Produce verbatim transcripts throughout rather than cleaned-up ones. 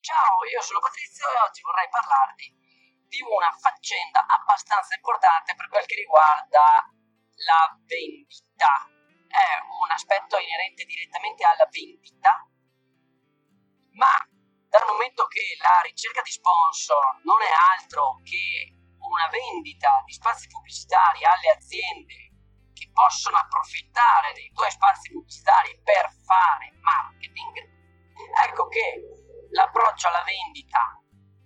Ciao, io sono Patrizio e oggi vorrei parlarti di una faccenda abbastanza importante per quel che riguarda la vendita. È un aspetto inerente direttamente alla vendita, ma dal momento che la ricerca di sponsor non è altro che una vendita di spazi pubblicitari alle aziende che possono approfittare dei tuoi spazi pubblicitari per fare marketing, ecco che l'approccio alla vendita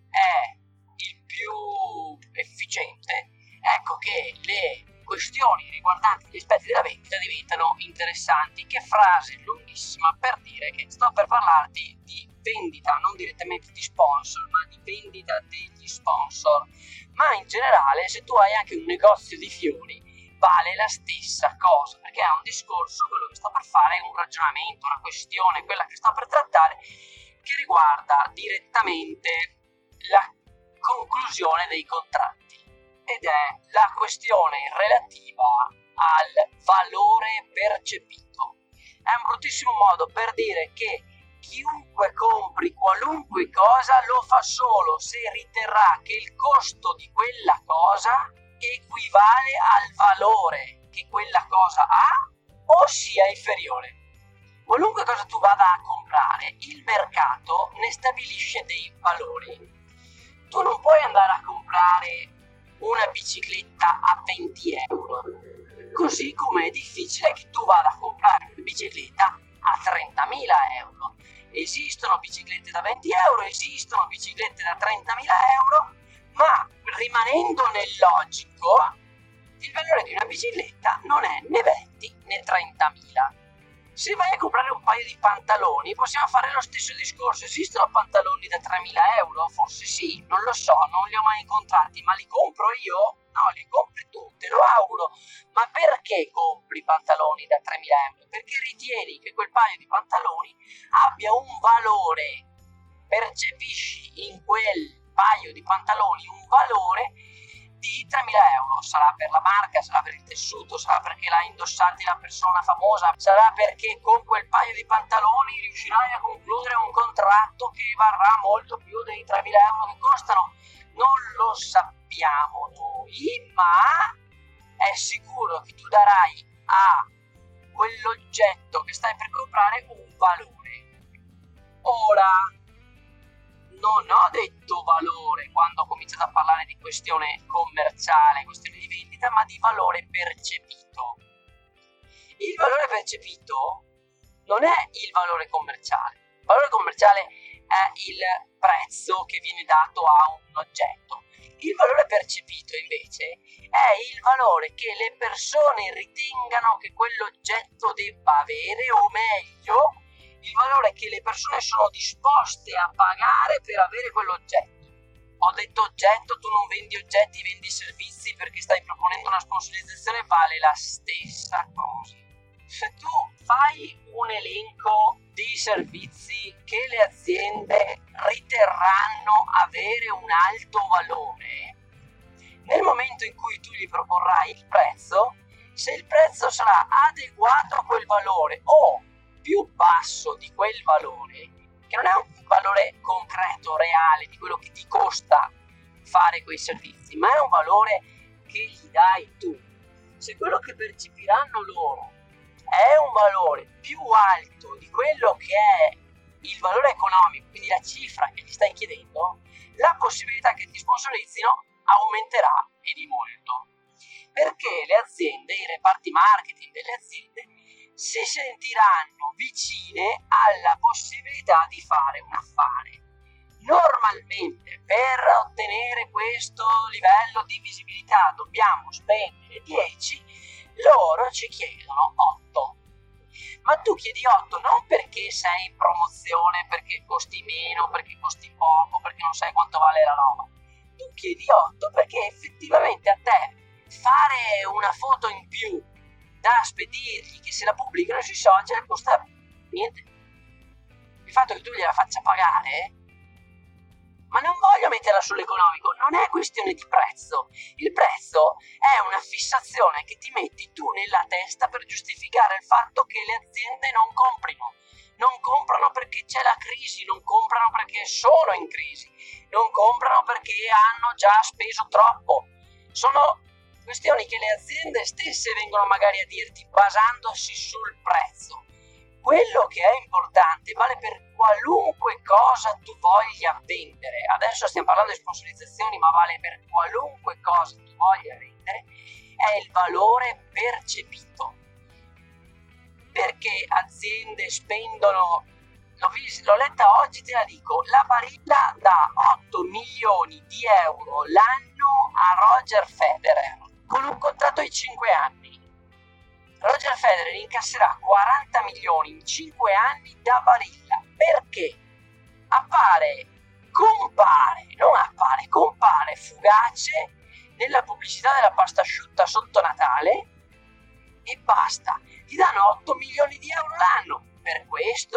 è il più efficiente, ecco che le questioni riguardanti gli aspetti della vendita diventano interessanti. Che frase lunghissima per dire che sto per parlarti di vendita, non direttamente di sponsor, ma di vendita degli sponsor. Ma in generale, se tu hai anche un negozio di fiori, vale la stessa cosa, perché è un discorso, quello che sto per fare, è un ragionamento, una questione, quella che sto per trattare, che riguarda direttamente la conclusione dei contratti, ed è la questione relativa al valore percepito. È un bruttissimo modo per dire che chiunque compri qualunque cosa lo fa solo se riterrà che il costo di quella cosa equivale al valore che quella cosa ha o sia inferiore. Qualunque cosa tu vada a comprare, il mercato ne stabilisce dei valori. Tu non puoi andare a comprare una bicicletta a venti euro, così come è difficile che tu vada a comprare una bicicletta a trentamila euro. Esistono biciclette da venti euro, esistono biciclette da trentamila euro, ma rimanendo nel logico, il valore di una bicicletta non è né venti né trentamila. Se vai a comprare un paio di pantaloni, possiamo fare lo stesso discorso. Esistono pantaloni da tremila euro? Forse sì, non lo so, non li ho mai incontrati, ma li compro io? No, li compri tu, te lo auguro. Ma perché compri pantaloni da tremila euro? Perché ritieni che quel paio di pantaloni abbia un valore, percepisci in quel paio di pantaloni un valore di tremila euro. Sarà per la marca, sarà per il tessuto, sarà perché l'ha indossati la persona famosa, sarà perché con quel paio di pantaloni riuscirai a concludere un contratto che varrà molto più dei tremila euro che costano. Non lo sappiamo noi, ma è sicuro che tu darai a quell'oggetto che stai per comprare un valore. Ora, non ho detto valore quando ho cominciato a parlare di questione commerciale, questione di vendita, ma di valore percepito. Il valore percepito non è il valore commerciale. Il valore commerciale è il prezzo che viene dato a un oggetto. Il valore percepito invece è il valore che le persone ritengano che quell'oggetto debba avere, o meglio, il valore che le persone sono disposte a pagare per avere quell'oggetto. Ho detto oggetto, tu non vendi oggetti, vendi servizi perché stai proponendo una sponsorizzazione, vale la stessa cosa. Se tu fai un elenco di servizi che le aziende riterranno avere un alto valore, nel momento in cui tu gli proporrai il prezzo, se il prezzo sarà adeguato a quel valore o più basso di quel valore, che non è un valore concreto, reale, di quello che ti costa fare quei servizi, ma è un valore che gli dai tu. Se quello che percepiranno loro è un valore più alto di quello che è il valore economico, quindi la cifra che gli stai chiedendo, la possibilità che ti sponsorizzino aumenterà e di molto. Perché le aziende, i reparti marketing delle aziende, si sentiranno vicine alla possibilità di fare un affare. Normalmente per ottenere questo livello di visibilità dobbiamo spendere dieci, loro ci chiedono otto. Ma tu chiedi otto non perché sei in promozione, perché costi meno, perché costi poco, perché non sai quanto vale la roba. Tu chiedi otto perché effettivamente a te fare una foto in più da spedirgli, che se la pubblicano sui social, costa niente. Il fatto che tu gliela faccia pagare, ma non voglio metterla sull'economico, non è questione di prezzo. Il prezzo è una fissazione che ti metti tu nella testa per giustificare il fatto che le aziende non comprino. non comprano perché c'è la crisi, non comprano perché sono in crisi, non comprano perché hanno già speso troppo. Sono questioni che le aziende stesse vengono magari a dirti basandosi sul prezzo. Quello che è importante vale per qualunque cosa tu voglia vendere. Adesso stiamo parlando di sponsorizzazioni, ma vale per qualunque cosa tu voglia vendere, è il valore percepito. Perché aziende spendono, l'ho, vis- l'ho letta oggi, te la dico, la Barilla dà otto milioni di euro l'anno a Roger Federer con un contratto di cinque anni. Roger Federer incasserà quaranta milioni in cinque anni da Barilla. Perché? Appare, compare, non appare, compare fugace nella pubblicità della pasta asciutta sotto Natale e basta. Ti danno otto milioni di euro l'anno. Per questo?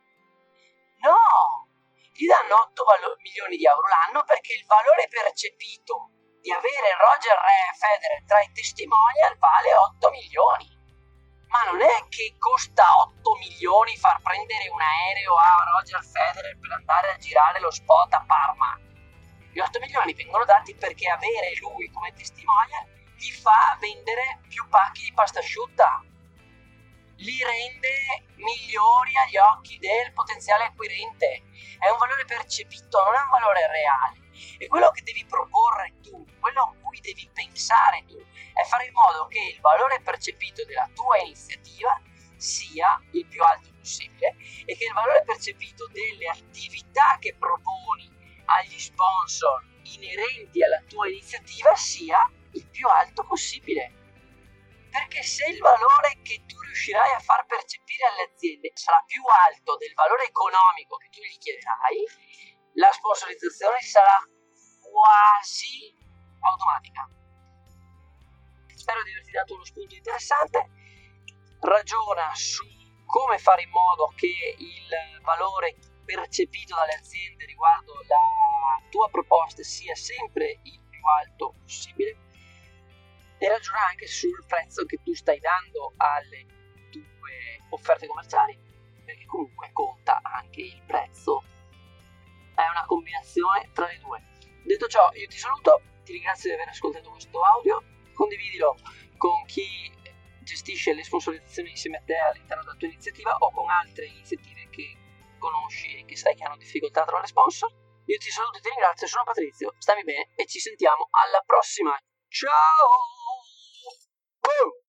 No! Gli danno otto valo- milioni di euro l'anno perché il valore percepito di avere Roger Federer tra i testimonial vale otto milioni. Ma non è che costa otto milioni far prendere un aereo a Roger Federer per andare a girare lo spot a Parma. Gli otto milioni vengono dati perché avere lui come testimonial gli fa vendere più pacchi di pasta asciutta, li rende migliori agli occhi del potenziale acquirente. È un valore percepito, non è un valore reale. E quello che devi proporre tu, quello a cui devi pensare tu, è fare in modo che il valore percepito della tua iniziativa sia il più alto possibile e che il valore percepito delle attività che proponi agli sponsor inerenti alla tua iniziativa sia il più alto possibile. Perché se il valore che tu riuscirai a far percepire alle aziende sarà più alto del valore economico che tu gli chiederai, la sponsorizzazione sarà quasi automatica. Spero di averti dato uno spunto interessante. Ragiona su come fare in modo che il valore percepito dalle aziende riguardo la tua proposta sia sempre il più alto possibile e ragiona anche sul prezzo che tu stai dando alle tue offerte commerciali, perché comunque conta anche il prezzo. È una combinazione tra le due. Detto ciò, io ti saluto, ti ringrazio di aver ascoltato questo audio, condividilo con chi gestisce le sponsorizzazioni insieme a te all'interno della tua iniziativa o con altre iniziative che conosci e che sai che hanno difficoltà a trovare sponsor. Io ti saluto e ti ringrazio, sono Patrizio, stammi bene e ci sentiamo alla prossima. Ciao! Boom!